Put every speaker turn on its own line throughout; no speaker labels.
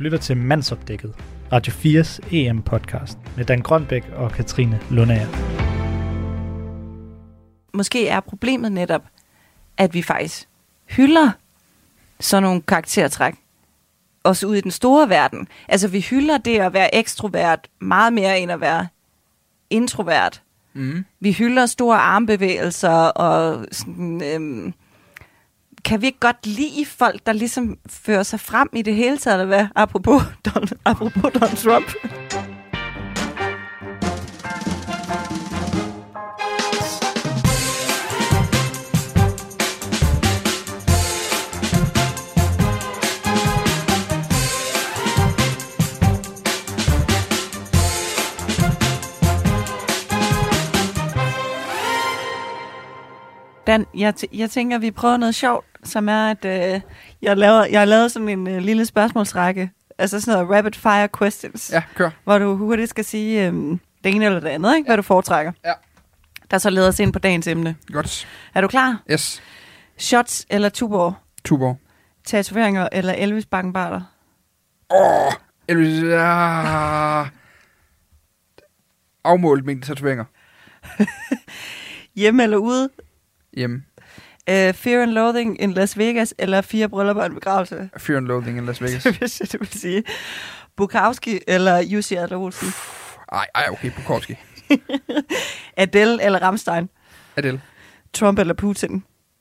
lytter til Mandsopdækket, Radio 4's EM-podcast med Dan Grønbæk og Katrine Lundager.
Måske er problemet netop, at vi faktisk hylder sådan nogle karaktertræk, også ude i den store verden. Altså, vi hylder det at være ekstrovert meget mere end at være introvert. Mm. Vi hylder store armbevægelser, og sådan, kan vi ikke godt lide folk, der ligesom fører sig frem i det hele taget, eller hvad? Apropos Donald Trump. Dan, jeg tænker, at vi prøver noget sjovt, som er, at jeg har lavet sådan en lille spørgsmålsrække. Altså sådan noget rapid fire questions.
Ja, kør.
Hvor du hurtigt skal sige det ene eller det andet, ikke? Hvad du foretrækker.
Ja. Der
så leder os ind på dagens emne.
Godt.
Er du klar?
Yes.
Shots eller Tuborg?
Tuborg.
Tatoveringer eller Elvis Bakkenbarter?
Elvis... Afmålt mængde tatoveringer.
Hjemme eller ude?
Hjemme.
Fear and Loathing in Las Vegas eller 4 bryllupper og en begravelse?
Fear and Loathing in Las Vegas.
Det vil sige. Bukowski eller Jussi Adler-Olsen?
Ej, okay, Bukowski.
Adele eller Rammstein?
Adele.
Trump eller Putin?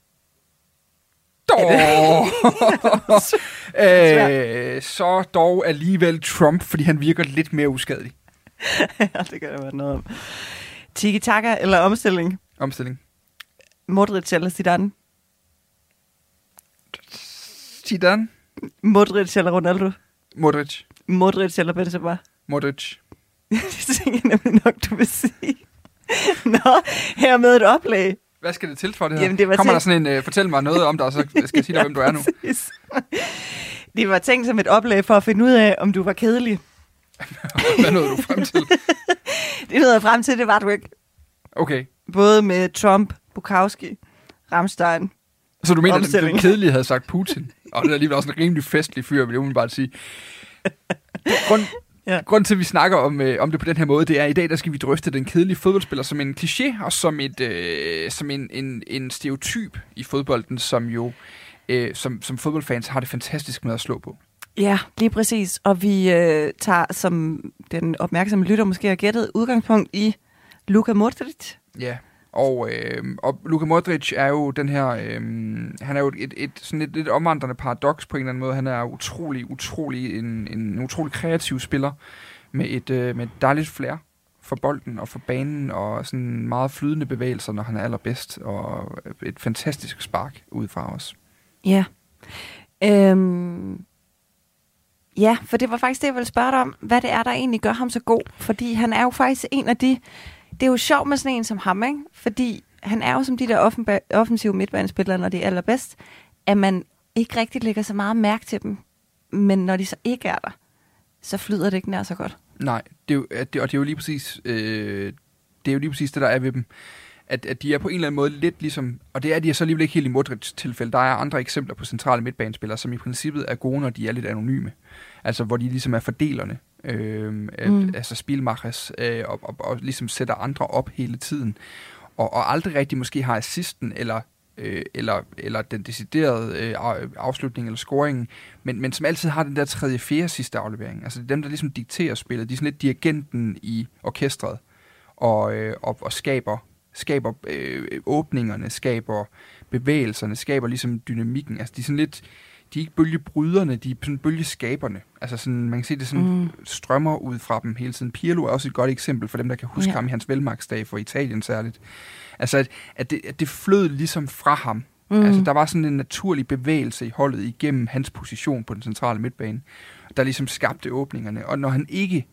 Så dog alligevel Trump, fordi han virker lidt mere uskadelig.
Ja, det kan der være noget om. Tiki-taka eller omstilling?
Omstilling.
Modric eller Zidane?
Zidane.
Modric eller Ronaldo?
Modric.
Modric eller Benzema?
Modric.
Det tænker jeg nemlig nok, du vil sige. Nå, her med et oplæg.
Hvad skal det til for det her?
Jamen, det
kommer der sådan en, fortæl mig noget om dig, så skal jeg sige dig, hvem du er nu.
Det var tænkt som et oplæg for at finde ud af, om du var kedelig.
Hvad nåede du frem til?
Det nåede jeg frem til, det var du ikke.
Okay.
Både med Trump, Bukowski, Rammstein.
Så du mener, at den kedelige havde sagt Putin? Og det er alligevel også en rimelig festlig fyr, vil jeg umiddelbart sige. Grunden til, at vi snakker om det på den her måde, det er, at i dag der skal vi drøfte den kedelige fodboldspiller som en kliché, og som en stereotyp i fodbolden, som jo som fodboldfans har det fantastisk med at slå på.
Ja, lige præcis. Og vi tager, som den opmærksomme lytter måske har gættet, udgangspunkt i Luka Modric.
Ja, og Luka Modric er jo den her, han er jo et lidt omvandrende paradoks på en eller anden måde. Han er en utrolig kreativ spiller med et dejligt flair for bolden og for banen, og sådan meget flydende bevægelser, når han er allerbedst, og et fantastisk spark udefra os. Ja.
Ja, for det var faktisk det, jeg ville spørge dig om, hvad det er, der egentlig gør ham så god. Fordi han er jo faktisk en af de... Det er jo sjovt med sådan en som ham, ikke? Fordi han er jo som de der offensive midtbanespillere, når de er allerbedst, at man ikke rigtig lægger så meget mærke til dem. Men når de så ikke er der, så flyder det ikke nær så godt.
Nej, det er jo lige præcis det, der er ved dem. At de er på en eller anden måde lidt ligesom, og det er de så alligevel ikke helt i Modric tilfælde. Der er andre eksempler på centrale midtbanespillere, som i princippet er gode, når de er lidt anonyme. Altså hvor de ligesom er fordelerne. Altså Spielmachers, og ligesom sætter andre op hele tiden. Og aldrig rigtig måske har assisten, eller den deciderede afslutning eller scoringen, men som altid har den der tredje, fjerde sidste aflevering. Altså det er dem, der ligesom dikterer spillet. De er sådan lidt dirigenten i orkestret, og skaber åbningerne, skaber bevægelserne, skaber ligesom dynamikken. Altså de er sådan lidt, de er ikke bølgebryderne, de er sådan bølgeskaberne. Altså sådan, man kan se det sådan strømmer ud fra dem hele tiden. Pirlo er også et godt eksempel for dem, der kan huske ham i hans velmagtsdag for Italien særligt. Altså at det flød ligesom fra ham. Altså der var sådan en naturlig bevægelse i holdet igennem hans position på den centrale midtbane, der ligesom skabte åbningerne. Og når han ikke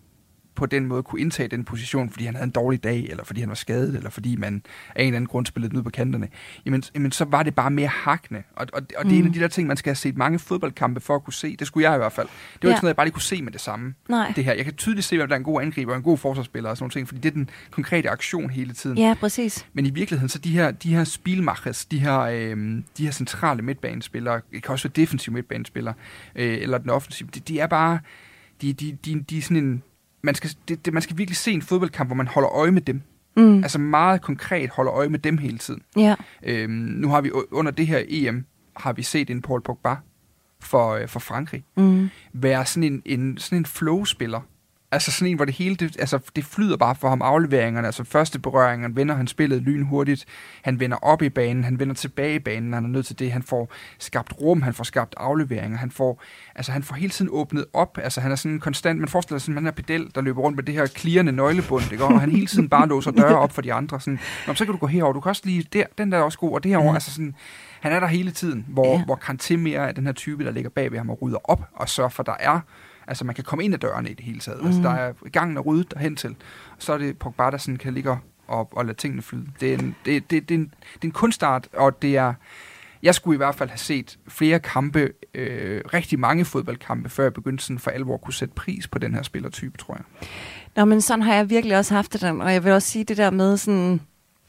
på den måde kunne indtage den position, fordi han havde en dårlig dag, eller fordi han var skadet, eller fordi man af en eller anden grund spillede ned på kanterne, jamen så var det bare mere hakkende. Og det er en af de der ting, man skal have set mange fodboldkampe for at kunne se. Det skulle jeg i hvert fald. Det var ikke sådan noget, jeg bare lige kunne se med det samme.
Nej.
Det her. Jeg kan tydeligt se, hvem der er en god angriber og en god forsvarsspiller og sådan nogle ting, fordi det er den konkrete aktion hele tiden.
Ja, præcis.
Men i virkeligheden, så de her spilmachers, de her centrale midtbanespillere, det kan også være defensive midtbanespillere, eller den offensive, de er bare, de er sådan en, man skal virkelig se en fodboldkamp, hvor man holder øje med dem. Altså meget konkret holder øje med dem hele tiden.
Ja.
Nu har vi under det her EM, har vi set en Paul Pogba for Frankrig være sådan en flow-spiller. Altså sådan en, hvor det hele, det flyder bare for ham, afleveringerne, altså første berøringen, vender han spillet lynhurtigt, han vender op i banen, han vender tilbage i banen, han er nødt til det, han får skabt rum, han får skabt afleveringer, han får hele tiden åbnet op, altså han er sådan konstant, man forestiller sig sådan, man er pedel, der løber rundt med det her klirrende nøglebund, ikke? Og han hele tiden bare låser døre op for de andre, sådan, så kan du gå herover, du kan også lige der, den der er også god, og det herovre, altså sådan, han er der hele tiden, hvor Kanté mere er den her type, der ligger bag ved ham og rydder op og sørger for, der er. Altså, man kan komme ind ad dørene i det hele taget. Altså, der er gangen er ryddet derhen til. Og så er det Pogba, der sådan kan ligge og lade tingene flyde. Det er en kunstart, og det er... Jeg skulle i hvert fald have set flere kampe, rigtig mange fodboldkampe, før jeg begyndte sådan for alvor at kunne sætte pris på den her spillertype, tror jeg.
Nå, men sådan har jeg virkelig også haft det, og jeg vil også sige det der med sådan...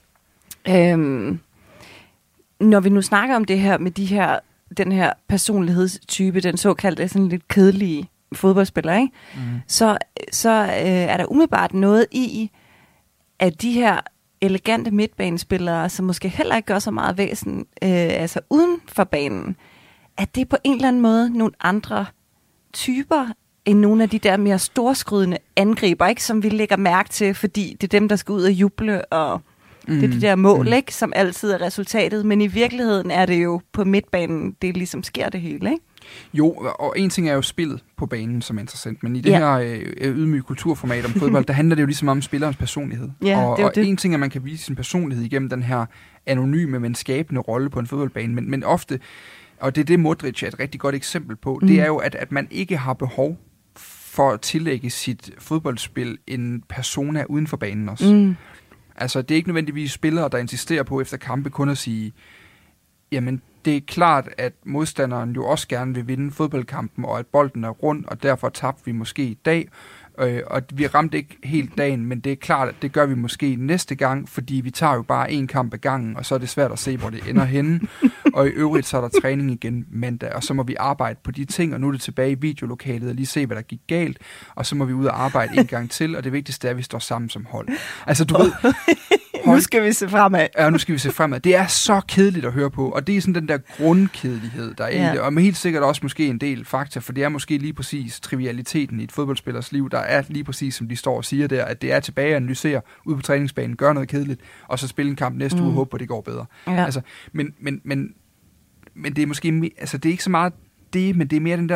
når vi nu snakker om det her med den her personlighedstype, den såkaldte sådan lidt kedelige fodboldspiller, ikke? Så er der umiddelbart noget i, at de her elegante midtbanespillere, som måske heller ikke gør så meget væsen, altså uden for banen, at det er på en eller anden måde nogle andre typer end nogle af de der mere storskrydende angriber, ikke? Som vi lægger mærke til, fordi det er dem, der skal ud og juble, og det er de der mål, ikke? Som altid er resultatet. Men i virkeligheden er det jo på midtbanen, det ligesom sker det hele, ikke?
Jo, og en ting er jo spillet på banen, som er interessant, men i det her ydmyge kulturformat om fodbold, der handler det jo ligesom om spillerens personlighed. Og en ting er, at man kan vise sin personlighed igennem den her anonyme, men skabende rolle på en fodboldbane, men ofte, og det er det Modric er et rigtig godt eksempel på, det er jo, at man ikke har behov for at tillægge sit fodboldspil en persona uden for banen også. Altså, det er ikke nødvendigvis spillere, der insisterer på efter kampe kun at sige, jamen, det er klart, at modstanderen jo også gerne vil vinde fodboldkampen, og at bolden er rund, og derfor tabte vi måske i dag. Og vi ramte ikke helt dagen, men det er klart, at det gør vi måske næste gang, fordi vi tager jo bare en kamp ad gangen, og så er det svært at se, hvor det ender henne. Og i øvrigt, så er der træning igen mandag, og så må vi arbejde på de ting, og nu er det tilbage i videolokalet og lige se, hvad der gik galt, og så må vi ud og arbejde en gang til, og det vigtigste er, at vi står sammen som hold. Altså, du ved...
Nu skal vi se fremad.
Ja, nu skal vi se fremad. Det er så kedeligt at høre på, og det er sådan den der grundkedelighed, der er i det, og med helt sikkert også måske en del fakta, for det er måske lige præcis trivialiteten i et fodboldspillers liv, der er lige præcis, som de står og siger der, at det er tilbage at analysere ud på træningsbanen, gøre noget kedeligt, og så spille en kamp næste uge og håbe på, at det går bedre. Ja. Altså, men det er måske, altså det er ikke så meget det, men det er mere den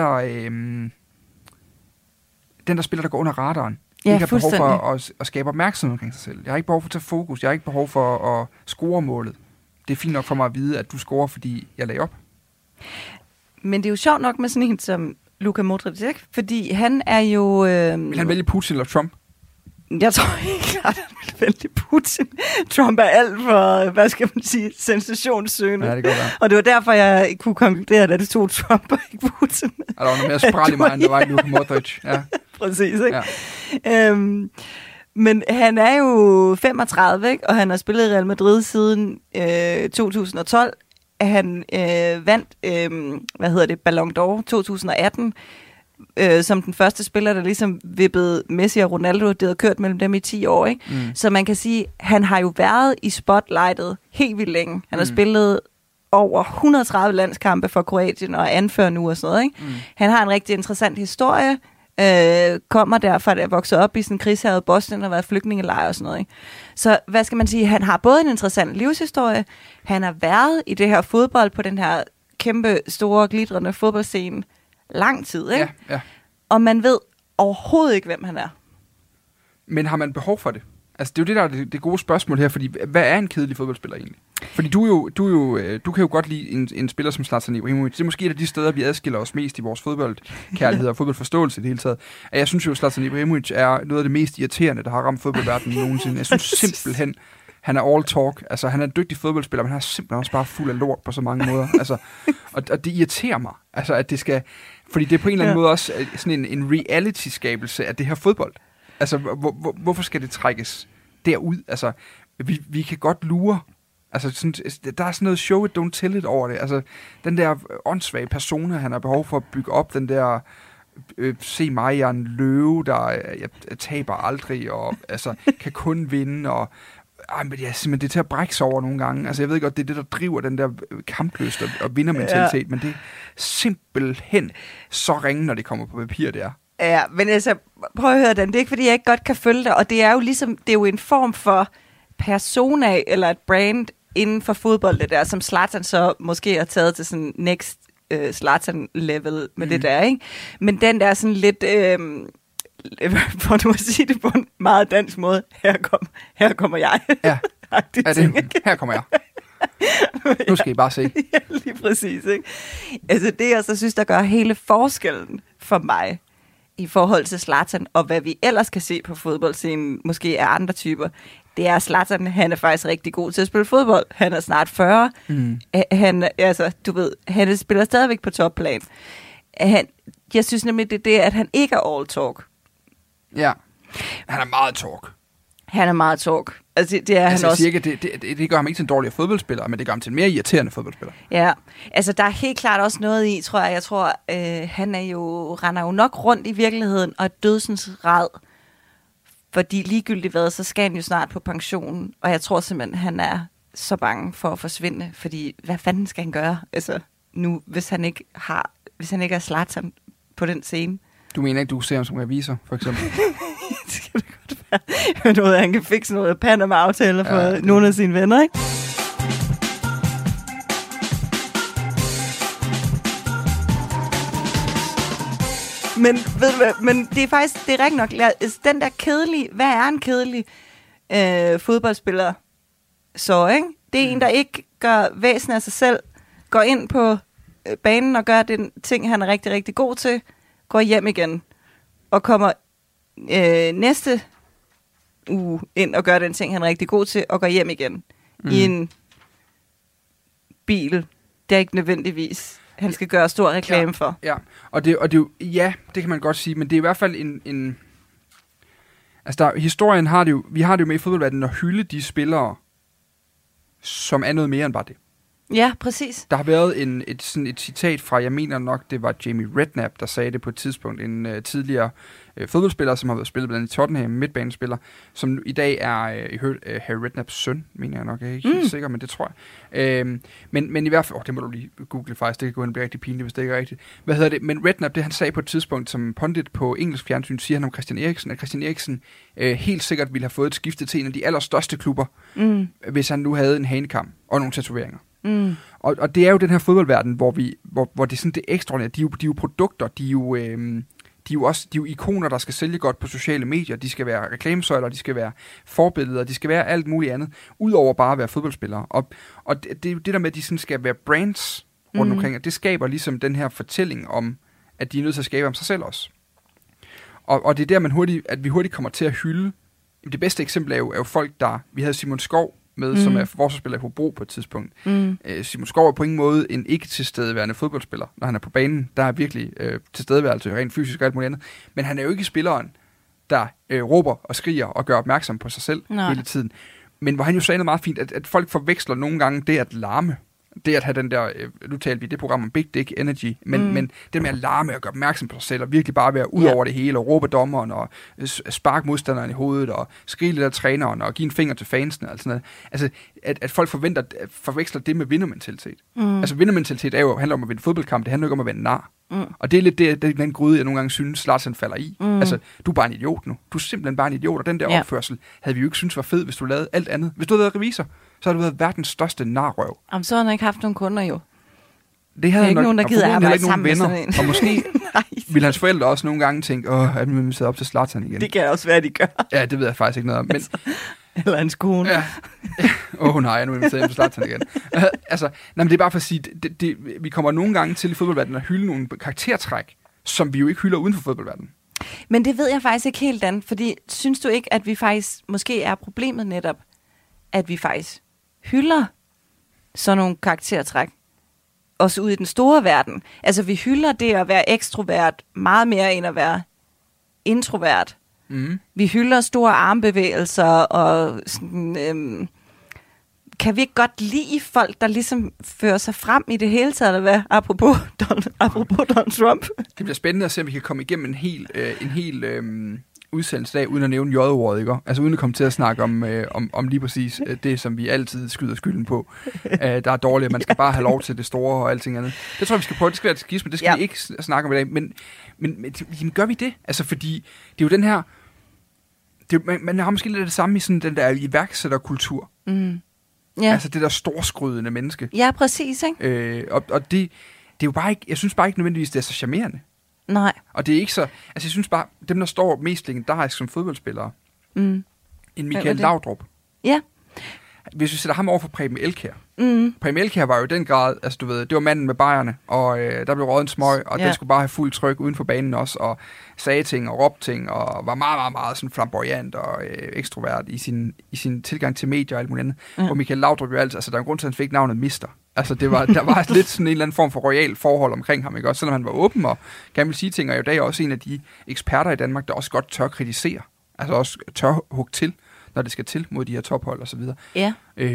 der spiller, der går under radaren. Jeg har behov for at skabe opmærksomhed omkring sig selv. Jeg har ikke behov for at tage fokus. Jeg har ikke behov for at score målet. Det er fint nok for mig at vide, at du scorer, fordi jeg lagde op.
Men det er jo sjovt nok med sådan en som Luka Modric, ikke? Fordi han er jo...
Vil han vælge Putin eller Trump?
Jeg tror ikke klart, at han vil vælge Putin. Trump er alt for, hvad skal man sige, sensationssøgende.
Ja, det går være.
Og det var derfor, jeg kunne konkludere, at det tog Trump og ikke Putin.
Der var noget mere spral i mig, end der var i Luka Modric. Ja.
Præcis, ikke? Ja. Men han er jo 35, ikke? Og han har spillet i Real Madrid siden 2012. Han vandt, Ballon d'Or 2018, som den første spiller, der ligesom vippede Messi og Ronaldo. Det havde kørt mellem dem i 10 år, ikke? Så man kan sige, han har jo været i spotlightet helt vildt længe. Han har spillet over 130 landskampe for Kroatien og anfører nu og sådan noget, ikke? Han har en rigtig interessant historie. Kommer derfor at vokse op i sådan en krigshavet Bosnien og været flygtningelejr og sådan noget, ikke? Så hvad skal man sige, han har både en interessant livshistorie, han har været i det her fodbold på den her kæmpe store glitrende fodboldscene lang tid, ikke?
Ja.
Og man ved overhovedet ikke, hvem han er.
Men har man behov for det? Altså, det er jo det, der er det gode spørgsmål her, fordi hvad er en kedelig fodboldspiller egentlig? Fordi du kan jo godt lide en spiller som Zlatan Ibrahimovic. Det er måske et af de steder, vi adskiller os mest i vores fodboldkærlighed og fodboldforståelse i det hele taget. Jeg synes jo, at Zlatan Ibrahimovic er noget af det mest irriterende, der har ramt fodboldverdenen nogensinde. Jeg synes simpelthen, han er all talk. Altså, han er en dygtig fodboldspiller, men han er simpelthen også bare fuld af lort på så mange måder. Altså, og det irriterer mig, altså, at det skal... Fordi det er på en eller anden måde også sådan en reality-skabelse af det her fodbold. Altså, hvorfor skal det trækkes derud? Altså, vi kan godt lure. Altså, sådan, der er sådan noget show it, don't tell it over det. Altså, den der åndssvage persona, han har behov for at bygge op, den der se mig, jeg er en løve, der jeg taber aldrig, og altså, kan kun vinde, og men det er simpelthen det til at brække sig over nogle gange. Altså, jeg ved godt, det er det, der driver den der kampløst og vindermentalitet, men det er simpelthen så ringe, når det kommer på papir, det er.
Ja, men altså, prøv at høre den. Det er ikke, fordi jeg ikke godt kan følge dig, og det er jo ligesom, det er jo en form for persona, eller et brand inden for fodbold, det der, som Zlatan så måske har taget til sådan next Zlatan-level med det der, ikke? Men den der sådan lidt, for nu at sige det på en meget dansk måde, her kommer jeg.
Ja, her kommer jeg. Nu skal I bare se.
Ja, lige præcis, ikke? Altså det, jeg så synes, der gør hele forskellen for mig, i forhold til Zlatan, og hvad vi ellers kan se på fodboldscenen, måske er andre typer, det er Zlatan, han er faktisk rigtig god til at spille fodbold. Han er snart 40. Han, altså, du ved, han spiller stadigvæk på topplan. Jeg synes nemlig, det er det, at han ikke er all talk.
Ja, han er meget talk.
Han er meget talk. Altså, det er han også.
Jeg siger ikke, det gør ham ikke til en dårligere fodboldspiller, men det gør ham til en mere irriterende fodboldspiller.
Ja, altså der er helt klart også noget i, tror jeg. Jeg tror, han render jo nok rundt i virkeligheden og er dødsens ræd. Fordi ligegyldigt hvad, så skal han jo snart på pension. Og jeg tror simpelthen, han er så bange for at forsvinde. Fordi hvad fanden skal han gøre? Altså nu, hvis han ikke er Zlatan på den scene.
Du mener ikke, du ser ham som revisor, for eksempel?
Det skal det godt være. Noget, han kan fikse noget Panama-aftaler for nogle af sine venner, ikke? Men ved du hvad, men det er faktisk, det er rigtig nok, den der kedelige, hvad er en kedelig fodboldspiller så, ikke? Det er en, der ikke gør væsen af sig selv, går ind på banen og gør den ting, han er rigtig, rigtig god til, går hjem igen, og kommer næste uge ind og gør den ting, han er rigtig god til, og går hjem igen i en bil, der ikke nødvendigvis han skal gøre stor reklame for.
Ja, og det jo, ja, det kan man godt sige, men det er i hvert fald en altså historien har det jo, vi har det jo med i fodboldverdenen at hylde de spillere, som er noget mere end bare det.
Ja, præcis.
Der har været et citat fra, jeg mener nok, det var Jamie Redknapp, der sagde det på et tidspunkt, en tidligere fodboldspiller, som har været spillet blandt andet i Tottenham, midtbanespiller, som i dag er Harry Redknapps søn, mener jeg nok, jeg er ikke helt sikker, men det tror jeg. Men i hvert fald, det må du lige google faktisk, det kan gå hen og blive rigtig pinligt, hvis det ikke er rigtigt. Men Redknapp, det han sagde på et tidspunkt, som pundit på engelsk fjernsyn, siger han om Christian Eriksen, at Christian Eriksen helt sikkert ville have fået et skifte til en af de allerstørste klubber, hvis han nu havde en hanekam og nogle tatoveringer. Og det er jo den her fodboldverden, hvor det er sådan det ekstraordinære. De er jo produkter, de er jo ikoner, der skal sælge godt på sociale medier. De skal være reklamesøjler, de skal være forbilleder, de skal være alt muligt andet, udover bare at være fodboldspillere. Og det er jo det der med, at de sådan skal være brands rundt omkring, og det skaber ligesom den her fortælling om, at de er nødt til at skabe om sig selv også. Og det er der, at vi hurtigt kommer til at hylde. Det bedste eksempel er jo folk, vi havde Simon Skov med, som er forsvarsspiller i Hobro på et tidspunkt. Simon Skov er på ingen måde en ikke tilstedeværende fodboldspiller, når han er på banen. Der er virkelig tilstedeværelse, rent fysisk og alt muligt andet. Men han er jo ikke spilleren, der råber og skriger og gør opmærksom på sig selv hele tiden. Men hvor han jo sagde noget meget fint, at folk forveksler nogle gange det at larme. Det at have den der, nu talte vi det program om Big Dick Energy, men det med at larme og gøre opmærksom på sig selv, og virkelig bare være ud over det hele, og råbe dommeren, og sparke modstanderen i hovedet, og skrige lidt af træneren, og give en finger til fansene, og sådan noget. Altså, at folk forveksler det med vindermentalitet. Altså, vindermentalitet handler om at vinde fodboldkamp, det handler ikke om at vinde nar. Og det er lidt den gryde, jeg nogle gange synes, Zlatan falder i. Altså, du er bare en idiot nu. Du er simpelthen bare en idiot, og den der opførsel havde vi jo ikke synes var fed, hvis du lavede alt andet. Hvis du havde været revisor, så har du været verdens største narrøv.
Jamen, så har han ikke haft nogen kunder jo.
Det havde
ikke nogen, der gider arbejde
ikke nogen
sammen
venner.
med sådan
Og måske ville hans forældre også nogle gange tænke, at vi sidder op til Zlatan igen.
Det kan også være, de gør.
Ja, det ved jeg faktisk ikke noget om. Men,
eller hans kone.
Ja. Nej, nu er vi til Zlatan igen. Men det er bare for at sige, vi kommer nogle gange til i fodboldverdenen at hylde nogle karaktertræk, som vi jo ikke hylder uden for fodboldverdenen.
Men det ved jeg faktisk ikke helt, Dan, fordi synes du ikke, at vi faktisk måske er problemet netop, at vi faktisk hylder sådan nogle karaktertræk, også ude i den store verden. Altså, vi hylder det at være ekstrovert meget mere end at være introvert.
Mm.
Vi hylder store armbevægelser, og sådan, kan vi ikke godt lide folk, der ligesom fører sig frem i det hele taget, eller hvad? Apropos Donald Trump.
Det bliver spændende at se, om vi kan komme igennem en hel udsendelse af, uden at nævne J-ordet, ikke? Altså uden at komme til at snakke om lige præcis det, som vi altid skyder skylden på. Der er dårligt, man skal bare have lov til det store og alting andet. Det tror jeg, vi skal prøve. Det skal være et skisme, det skal vi ikke snakke om i dag. Men gør vi det? Altså, fordi det er jo den her... Man har måske lidt det samme i sådan den der iværksætterkultur.
Mm. Ja.
Altså det der storskrydende menneske.
Ja, præcis, ikke?
Og det er jo bare ikke... Jeg synes bare ikke nødvendigvis, det er så charmerende.
Nej.
Og det er ikke så... Altså, jeg synes bare, dem, der står mest legendarisk som fodboldspillere, en Michael Laudrup.
Ja.
Hvis vi sætter ham over for Preben Elkjær. Preben Elkjær var jo i den grad, altså du ved, det var manden med bajerne, og der blev røget en smøg, og den skulle bare have fuld tryk uden for banen også, og sagde ting og råbte ting, og var meget, meget, meget sådan flamboyant og ekstrovert i sin tilgang til medier og alt muligt andet. Og Michael Laudrup jo altså der er en grund til, at han fik navnet Mister. Altså, der var lidt sådan en eller anden form for royal forhold omkring ham, ikke? Også selvom han var åben og gerne ville sige ting, og i dag er også en af de eksperter i Danmark, der også godt tør kritisere. Altså også tør hugge til, når det skal til mod de her tophold og så videre.
Ja.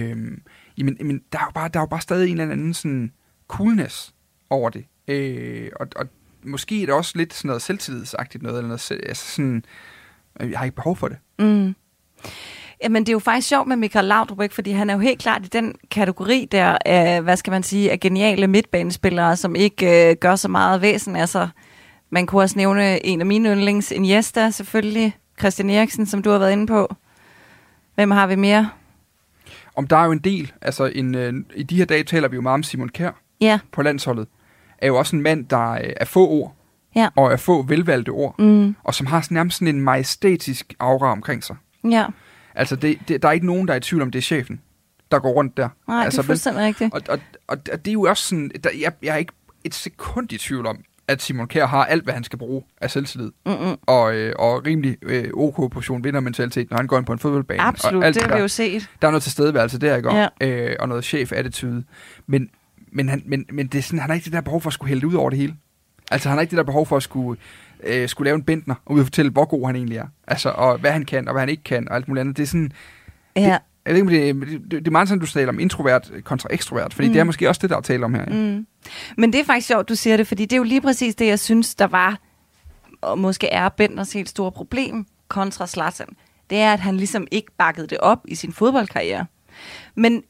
Men der er jo bare stadig en eller anden sådan coolness over det. Og måske er det også lidt sådan noget selvtillidsagtigt noget, eller noget, altså sådan, jeg har ikke behov for det.
Mm. Jamen, det er jo faktisk sjovt med Michael Laudrup, ikke? Fordi han er jo helt klart i den kategori der af, hvad skal man sige, af geniale midtbanespillere, som ikke gør så meget væsen. Altså, man kunne også nævne en af mine yndlings, Iniesta selvfølgelig, Christian Eriksen, som du har været inde på. Hvem har vi mere?
Om der er jo en del, altså i de her dage taler vi jo meget om Simon Kjær på landsholdet, er jo også en mand, der er få ord, og er få velvalgte ord, og som har nærmest sådan en majestætisk aura omkring sig.
Ja.
Altså, der er ikke nogen, der er i tvivl om, det er chefen, der går rundt der.
Nej,
altså,
det er fuldstændig rigtigt.
Og det er jo også sådan, jeg er ikke et sekund i tvivl om, at Simon Kjær har alt, hvad han skal bruge af selvtillid. Og rimelig OK-portion vindermentalitet, når han går ind på en fodboldbane.
Absolut,
alt
det har vi jo set.
Der er noget tilstedeværelse der, ikke? Og noget chef-attitude. Men det er sådan, han har ikke det der behov for at skulle hælde ud over det hele. Altså, han har ikke det der behov for at skulle lave en Bentner, og ud og fortælle, hvor god han egentlig er. Altså, og hvad han kan, og hvad han ikke kan, og alt muligt andet. Det er sådan...
Ja.
Jeg ved ikke, det er meget sådan, du taler om introvert kontra ekstrovert, fordi det er måske også det, der er tale om her. Ja.
Men det er faktisk sjovt, du siger det, fordi det er jo lige præcis det, jeg synes, der var, og måske er Bentners helt store problem kontra Zlatan. Det er, at han ligesom ikke bakkede det op i sin fodboldkarriere. Men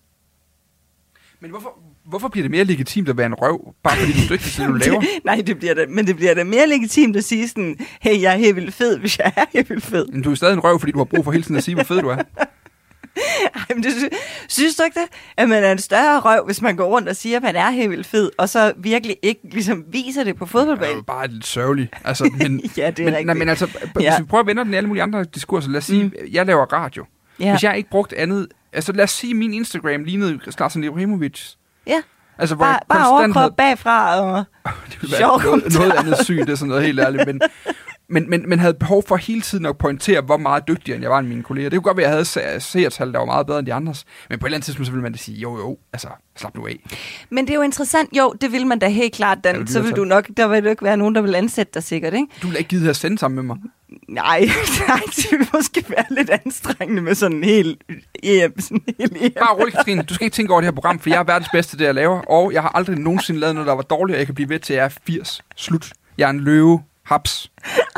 hvorfor bliver det mere legitimt at være en røv, bare fordi du er dygtig til det, du laver?
Nej, det bliver da mere legitimt at sige sådan, hey, jeg er helt vildt fed, hvis jeg er helt vildt fed.
Men du er stadig en røv, fordi du har brug for hele tiden at sige, hvor fed du er.
Ej, men synes du ikke det? At man er en større røv, hvis man går rundt og siger, at man er helt vildt fed, og så virkelig ikke ligesom viser det på fodboldbanen?
Det er bare lidt sørgeligt. Altså, men,
ja, det er rigtigt.
Men altså, hvis vi prøver at vende den i alle mulige andre diskurser, lad os sige, jeg laver radio. Ja. Hvis jeg ikke brugt andet... Altså, lad os sige, min Instagram lignede Zlatan Ibrahimovic.
Ja.
Altså, hvor
bare overkrop bagfra og
noget andet sygt, det er sådan noget helt ærligt. Men havde behov for hele tiden at pointere, hvor meget dygtigere end jeg var end mine kolleger. Det kunne godt være, at jeg havde seertal, der var meget bedre end de andres. Men på et eller andet tidspunkt, så ville man da sige, jo, altså, slap nu af.
Men det er jo interessant. Jo, det vil man da helt klart, Dan. Ja, så vil du nok, der vil ikke være nogen, der vil ansætte dig sikkert, ikke?
Du vil ikke give det at sende sammen med mig.
Nej, det vil måske være lidt anstrengende med sådan en helt...
Bare rolig, Katrine. Du skal ikke tænke over det her program, for jeg er verdens bedste, det jeg laver. Og jeg har aldrig nogensinde lavet noget, der var dårligt, og jeg kan blive ved til, at jeg er 80. Slut. Jeg er en løve. Haps.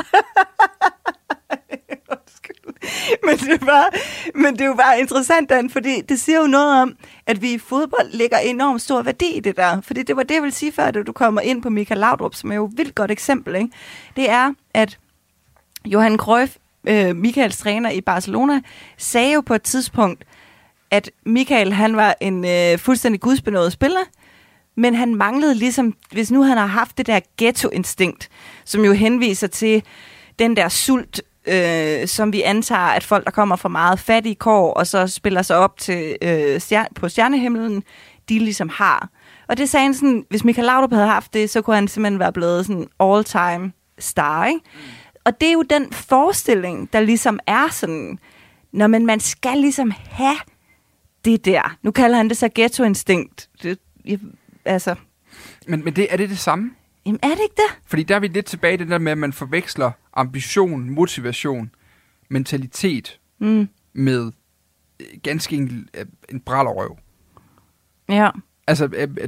Men det er jo bare interessant, Dan, fordi det siger jo noget om, at vi i fodbold lægger enormt stor værdi i det der. Fordi det var det, jeg ville sige før, da du kommer ind på Michael Laudrup, som er jo et vildt godt eksempel, ikke? Det er, at Johan Cruyff, Michaels træner i Barcelona, sagde jo på et tidspunkt, at Michael, han var en fuldstændig gudsbenådet spiller, Men han manglede ligesom, hvis nu han har haft det der ghetto-instinkt, som jo henviser til den der sult, som vi antager, at folk, der kommer fra meget fattige kår, og så spiller sig op til på stjernehimlen, de ligesom har. Og det sagde han sådan, hvis Michael Laudrup havde haft det, så kunne han simpelthen være blevet sådan all-time star, ikke? Og det er jo den forestilling, der ligesom er sådan, når man skal ligesom have det der. Nu kalder han det så ghetto-instinkt. Altså.
Men er det samme?
Jamen er det ikke det?
Fordi der er vi lidt tilbage i det der med, at man forveksler ambition, motivation, mentalitet med ganske en brallerøv.
Ja.
Altså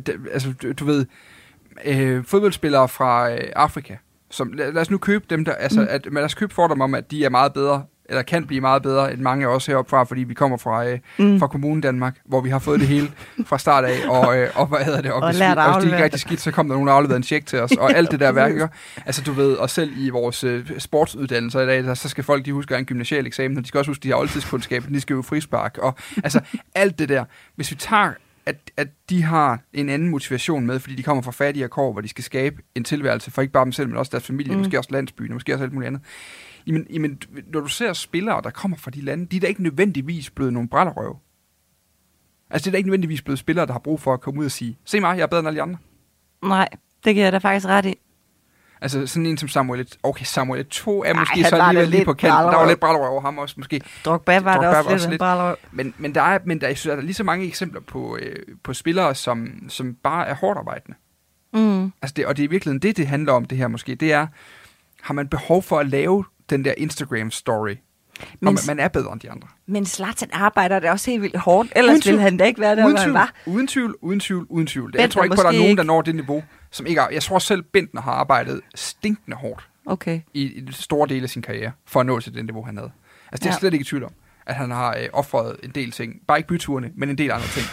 du ved, fodboldspillere fra Afrika, som, lad os nu købe dem der, altså lad os købe for dem om, at de er meget bedre, eller kan blive meget bedre end mange af os heroppe fra, fordi vi kommer fra kommunen Danmark, hvor vi har fået det hele fra start af, og hvad hedder det, og hvis det ikke rigtig skidt, så kom der nogen, der afleverede en check til os, og alt det der værk, ikke? Altså du ved, og selv i vores sportsuddannelser i dag, der, så skal folk, de huske at have en gymnasial eksamen, og de skal også huske, de har oldtidskundskab, de skal jo frispark, og altså alt det der, hvis vi tager at de har en anden motivation med, fordi de kommer fra fattige kår, hvor de skal skabe en tilværelse for ikke bare dem selv, men også deres familie, måske også landsbyen, måske også alt muligt andet. Jamen, når du ser spillere, der kommer fra de lande, de er da ikke nødvendigvis blevet nogle brællerøv. Altså, det er da ikke nødvendigvis blevet spillere, der har brug for at komme ud og sige, se mig, jeg er bedre end alle de andre.
Nej, det giver jeg da faktisk ret i.
Altså, sådan en som Samuel Eto'o er måske så alligevel lige på kanten. Der var lidt brællerøv over ham også, måske.
Drogba var der også lidt brællerøv.
Men jeg synes, der er lige så mange eksempler på spillere, som bare er hårdt arbejdende. Altså, og det er virkelig det handler om, det her måske. Det er, har man behov for at lave den der Instagram-story, og man er bedre end de andre. Men
Zlatan arbejder det også helt vildt hårdt, ellers ville han da ikke være der, hvor han var.
Uden tvivl. Jeg tror ikke på, at der er nogen, der når det niveau, som ikke er. Jeg tror selv, Bentner har arbejdet stinkende hårdt i store dele af sin karriere, for at nå til det niveau, han havde. Altså, det er slet ikke i tvivl om, at han har offret en del ting. Bare ikke byturene, men en del andre ting.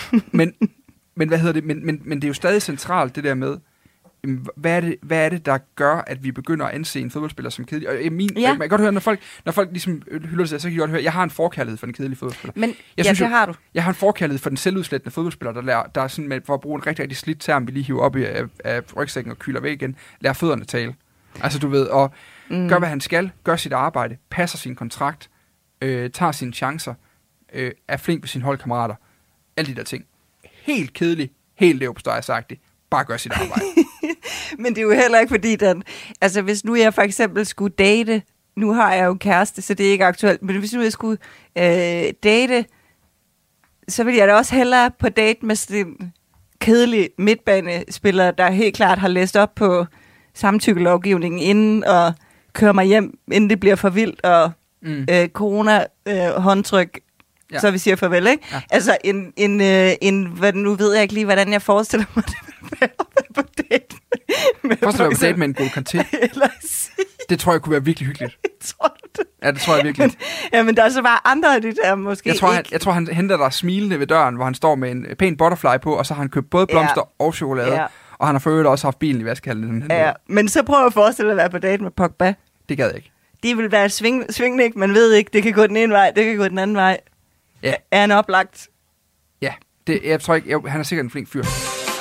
men hvad hedder det? Men det er jo stadig centralt, det der med, hvad er det, der gør, at vi begynder at anse en fodboldspiller som kedelig? Og man kan godt høre, når folk ligesom hylder sig, så kan jeg godt høre, jeg har en forkærlighed for den kedelige fodboldspiller.
Men det har du.
Jeg har en forkærlighed for den selvudslættende fodboldspiller, der er sådan med, for at bruge en rigtig, rigtig slidt term, vi lige hiver op af rygsækken og kyler væk igen, lærer fødderne tale. Altså du ved, og gør, hvad han skal, gør sit arbejde, passer sin kontrakt, tager sine chancer, er flink ved sine holdkammerater. Alle de der ting. Helt kedelig, helt leverpostejsagtigt. Bare gør sit arbejde.
Men det er jo heller ikke fordi, altså hvis nu jeg for eksempel skulle date, nu har jeg jo kæreste, så det er ikke aktuelt, men hvis nu jeg skulle date, så vil jeg da også hellere på date med sådan en kedelig midtbanespiller, der helt klart har læst op på samtykkelovgivningen inden, og kører mig hjem, inden det bliver for vildt, og corona-håndtryk, så vi siger farvel, ikke? Ja. Altså nu ved jeg ikke lige, hvordan jeg forestiller mig det på date.
Forestil dig på date med en god kanté. Det tror jeg kunne være virkelig hyggeligt.
Tror du det?
Ja, det tror jeg virkelig.
Men der er så bare andre af de der måske
jeg tror, han henter dig smilende ved døren, hvor han står med en pæn butterfly på, og så har han købt både blomster og chokolade. Ja. Og han har for øvrigt også haft bilen i vaskehallen.
Ja, men så prøv at forestille dig at være på date med Pogba.
Det gad jeg ikke.
De vil være svingende, ikke? Man ved ikke, det kan gå den ene vej, det kan gå den anden vej. Ja. Er han oplagt?
Ja, jeg tror ikke, han er sikkert en flink fyr.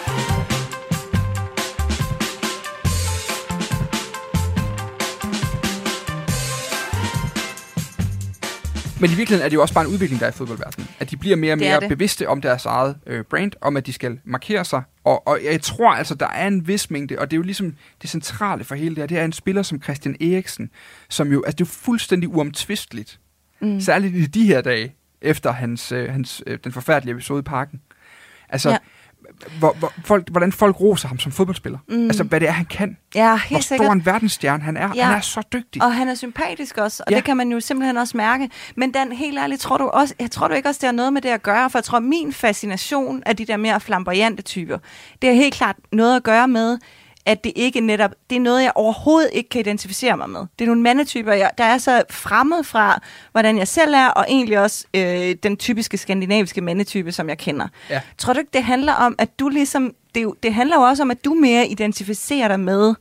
Men i virkeligheden er det jo også bare en udvikling, der er i fodboldverdenen. At de bliver mere og mere bevidste om deres eget brand, om at de skal markere sig. Og jeg tror altså, der er en vis mængde, og det er jo ligesom det centrale for hele det her. Det er en spiller som Christian Eriksen, som jo, altså det er jo fuldstændig uomtvisteligt. Særligt i de her dage, efter den forfærdelige episode i Parken. Altså, hvordan folk roser ham som fodboldspiller. Altså, hvad det er, han kan.
Ja, helt
hvor stor en verdensstjerne han er. Ja. Han er så dygtig.
Og han er sympatisk også, og det kan man jo simpelthen også mærke. Men Dan, helt ærligt, tror du ikke også, det har noget med det at gøre? For jeg tror, min fascination af de der mere flamboyante typer, det har helt klart noget at gøre med, at det ikke netop, det er noget, jeg overhovedet ikke kan identificere mig med. Det er nogle mandetyper, der er så fremmed fra, hvordan jeg selv er, og egentlig også den typiske skandinaviske mandetype, som jeg kender. Ja. Tror du ikke, det handler om, at du ligesom, det handler jo også om, at du mere identificerer dig med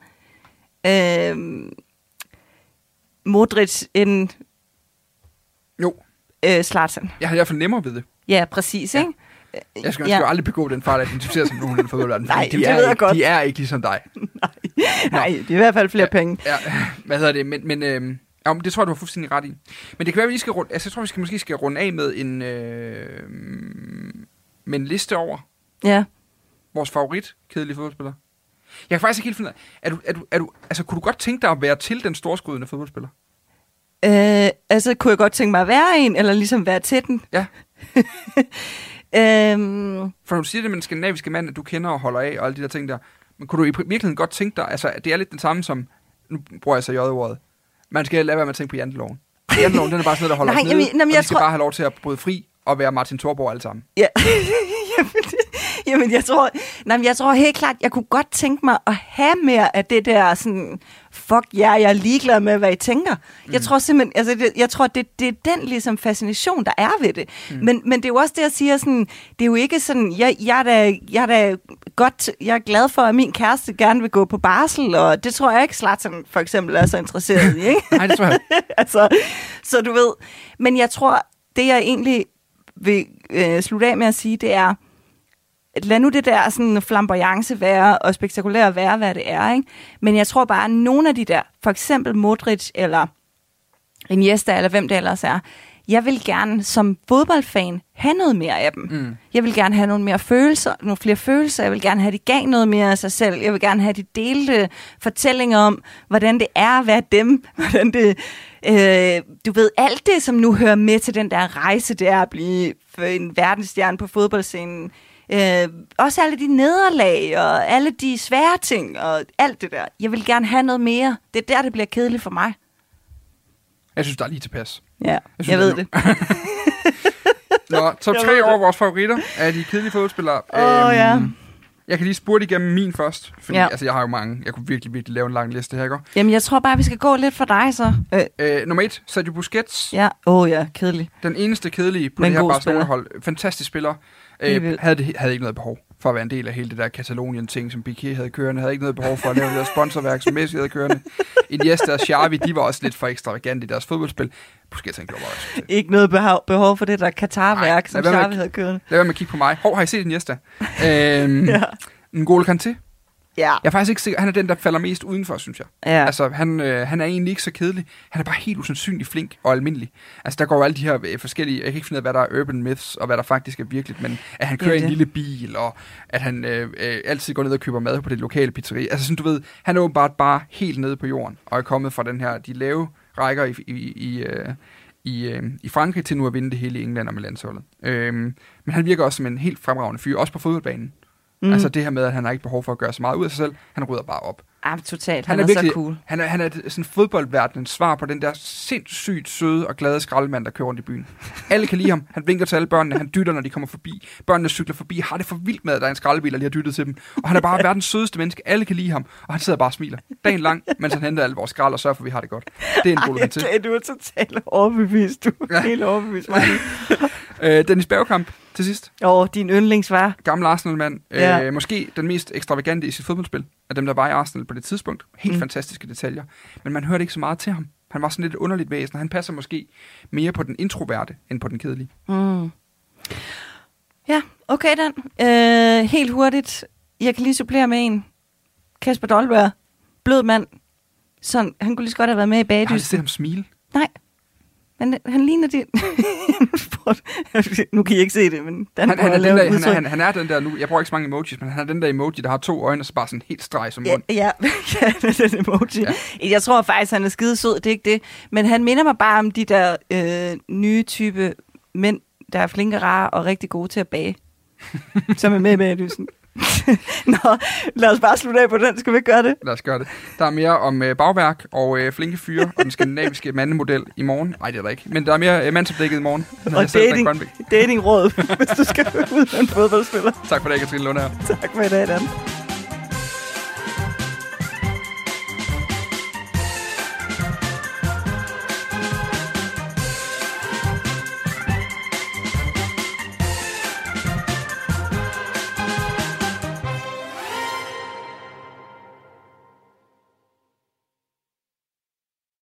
Modric end
Zlatan? Jeg har i hvert fald nemmere ved det.
Ja, præcis, ikke?
Jeg skal jo aldrig begå den fejl, at identificere som nogen i den fodboldverden.
Nej, det ved jeg godt.
De er ikke ligesom dig.
Nej, de er i hvert fald flere penge.
Ja, hvad hedder det? Men det tror jeg, du har fuldstændig ret i. Men det kan være, at vi skal runde... Altså, jeg tror, vi måske skal runde af med en liste over vores favorit kedelige fodboldspiller. Jeg kan faktisk ikke helt finde ud af... kunne du godt tænke dig at være til den storskrydende fodboldspiller?
Kunne jeg godt tænke mig at være en, eller ligesom være til den?
Ja. For når du siger det med den skandinaviske mand, at du kender og holder af, og alle de der ting der, men kunne du i virkeligheden godt tænke dig, altså det er lidt den samme som, nu bruger jeg så J-ordet, man skal lade være med at tænke på janteloven. Janteloven, den er bare sådan noget, der holder os nede, og vi skal bare have lov til at bryde fri og være Martin Thorborg alle sammen.
Ja. Jamen, jeg tror helt klart, jeg kunne godt tænke mig at have mere af det der sådan, fuck ja, jeg er ligeglad med, hvad I tænker. Jeg tror simpelthen, jeg tror, det er den ligesom fascination, der er ved det. Men det er jo også det, jeg siger sådan, det er jo ikke sådan, jeg er glad for, at min kæreste gerne vil gå på barsel, og det tror jeg ikke, Zlatan for eksempel er så interesseret i, ikke?
Nej, det tror jeg.
Så du ved, men jeg tror, det jeg egentlig vil slutte af med at sige, det er, lad nu det der sådan flamboyance være, og spektakulære være, hvad det er, ikke? Men jeg tror bare, at nogle af de der, for eksempel Modric, eller Iniesta, eller hvem det ellers er, jeg vil gerne som fodboldfan have noget mere af dem. Jeg vil gerne have nogle flere følelser, jeg vil gerne have, at de gav noget mere af sig selv, jeg vil gerne have, at de delte fortællinger om, hvordan det er at være dem, hvordan det... du ved, alt det, som nu hører med til den der rejse, det er at blive en verdensstjerne på fodboldscenen. Også alle de nederlag, og alle de svære ting, og alt det der. Jeg vil gerne have noget mere. Det er der, det bliver kedeligt for mig.
Jeg synes, der er lige tilpas.
Ja, jeg ved det.
Nå, top 3 over vores favoritter af de kedelige fodboldspillere.
Ja.
Jeg kan lige spurte igennem min først, fordi jeg har jo mange. Jeg kunne virkelig lave en lang liste her, ikke?
Jamen, jeg tror bare, vi skal gå lidt for dig, så.
Nummer 1, Sergio Busquets.
Ja, kedelig.
Den eneste kedelige på det her Barcelona-hold. Fantastisk spiller. Havde ikke noget behov for at være en del af hele det der Katalonien-ting, som Piqué havde kørende. Havde ikke noget behov for at lave det der sponsorværk, som Messi havde kørende. Iniesta og Xavi, de var også lidt for ekstravagante i deres fodboldspil. Busquets han gjorde bare
ikke noget behov for det der Qatar-værk, som Xavi havde kørende.
Lad være med at kigge på mig. Har I set Iniesta? N'Golo Kanté. Ja. Jeg er faktisk ikke sikker, han er den, der falder mest udenfor, synes jeg. Ja. Altså, han er egentlig ikke så kedelig. Han er bare helt usandsynlig flink og almindelig. Altså, der går jo alle de her forskellige... Jeg kan ikke finde ud af, hvad der er urban myths, og hvad der faktisk er virkeligt, men at han kører en lille bil, og at han altid går ned og køber mad på det lokale pizzeri. Altså, sådan du ved, han er åbenbart bare helt nede på jorden, og er kommet fra den her, de lave rækker i Frankrig til nu at vinde det hele i England og med landsholdet. Men han virker også som en helt fremragende fyr, også på fodboldbanen. Altså det her med, at han har ikke behov for at gøre så meget ud af sig selv. Han rydder bare op.
Totalt. Han er virkelig, så cool.
Han er sådan fodboldverdenens svar på den der sindssygt søde og glade skraldemand, der kører rundt i byen. Alle kan lide ham. Han vinker til alle børnene. Han dytter, når de kommer forbi. Børnene cykler forbi. Har det for vildt med, at der er en skraldebil, der lige har dyttet til dem. Og han er bare verdens sødeste menneske. Alle kan lide ham. Og han sidder bare og smiler dagen lang, mens han henter alle vores skrald og sørger for, at vi har det godt. Det er en N'Golo Kanté.
Du er totalt overbevist. Du er helt overbevist.
Dennis Bergkamp til sidst.
Din yndlingsvar.
Gammel Arsenal-mand. Måske den mest ekstravagante i sit fodboldspil af dem, der var i Arsenal på det tidspunkt. Helt fantastiske detaljer. Men man hørte ikke så meget til ham. Han var sådan lidt et underligt væsen. Han passer måske mere på den introverte, end på den kedelige.
Ja, okay Dan. Helt hurtigt. Jeg kan lige supplere med en. Kasper Dolberg. Blød mand. Sådan, han kunne lige så godt have været med i bagdysten.
Jeg har aldrig set ham smile.
Nej. Men han ligner det. Nu kan I ikke se det, men
han er den der nu. Jeg bruger ikke så mange emojis, men han er den der emoji, der har 2 øjne og så bare sådan helt streg som mund.
Ja, den emoji. Ja. Jeg tror faktisk, han er skide sød, det er ikke det. Men han minder mig bare om de der nye type mænd, der er flinke, rare og rigtig gode til at bage. Som er med i bagdysten. Nå, lad os bare slutte af på den. Skal vi ikke gøre det?
Lad os gøre det. Der er mere om bagværk og flinke fyre og den skandinaviske mandemodel i morgen. Nej, det er der ikke. Men der er mere mandsopdækket i morgen.
Og datingråd, hvis du skal ud med en fodboldspiller.
Tak for det, Katrine Lundager.
Tak for i dag, Dan.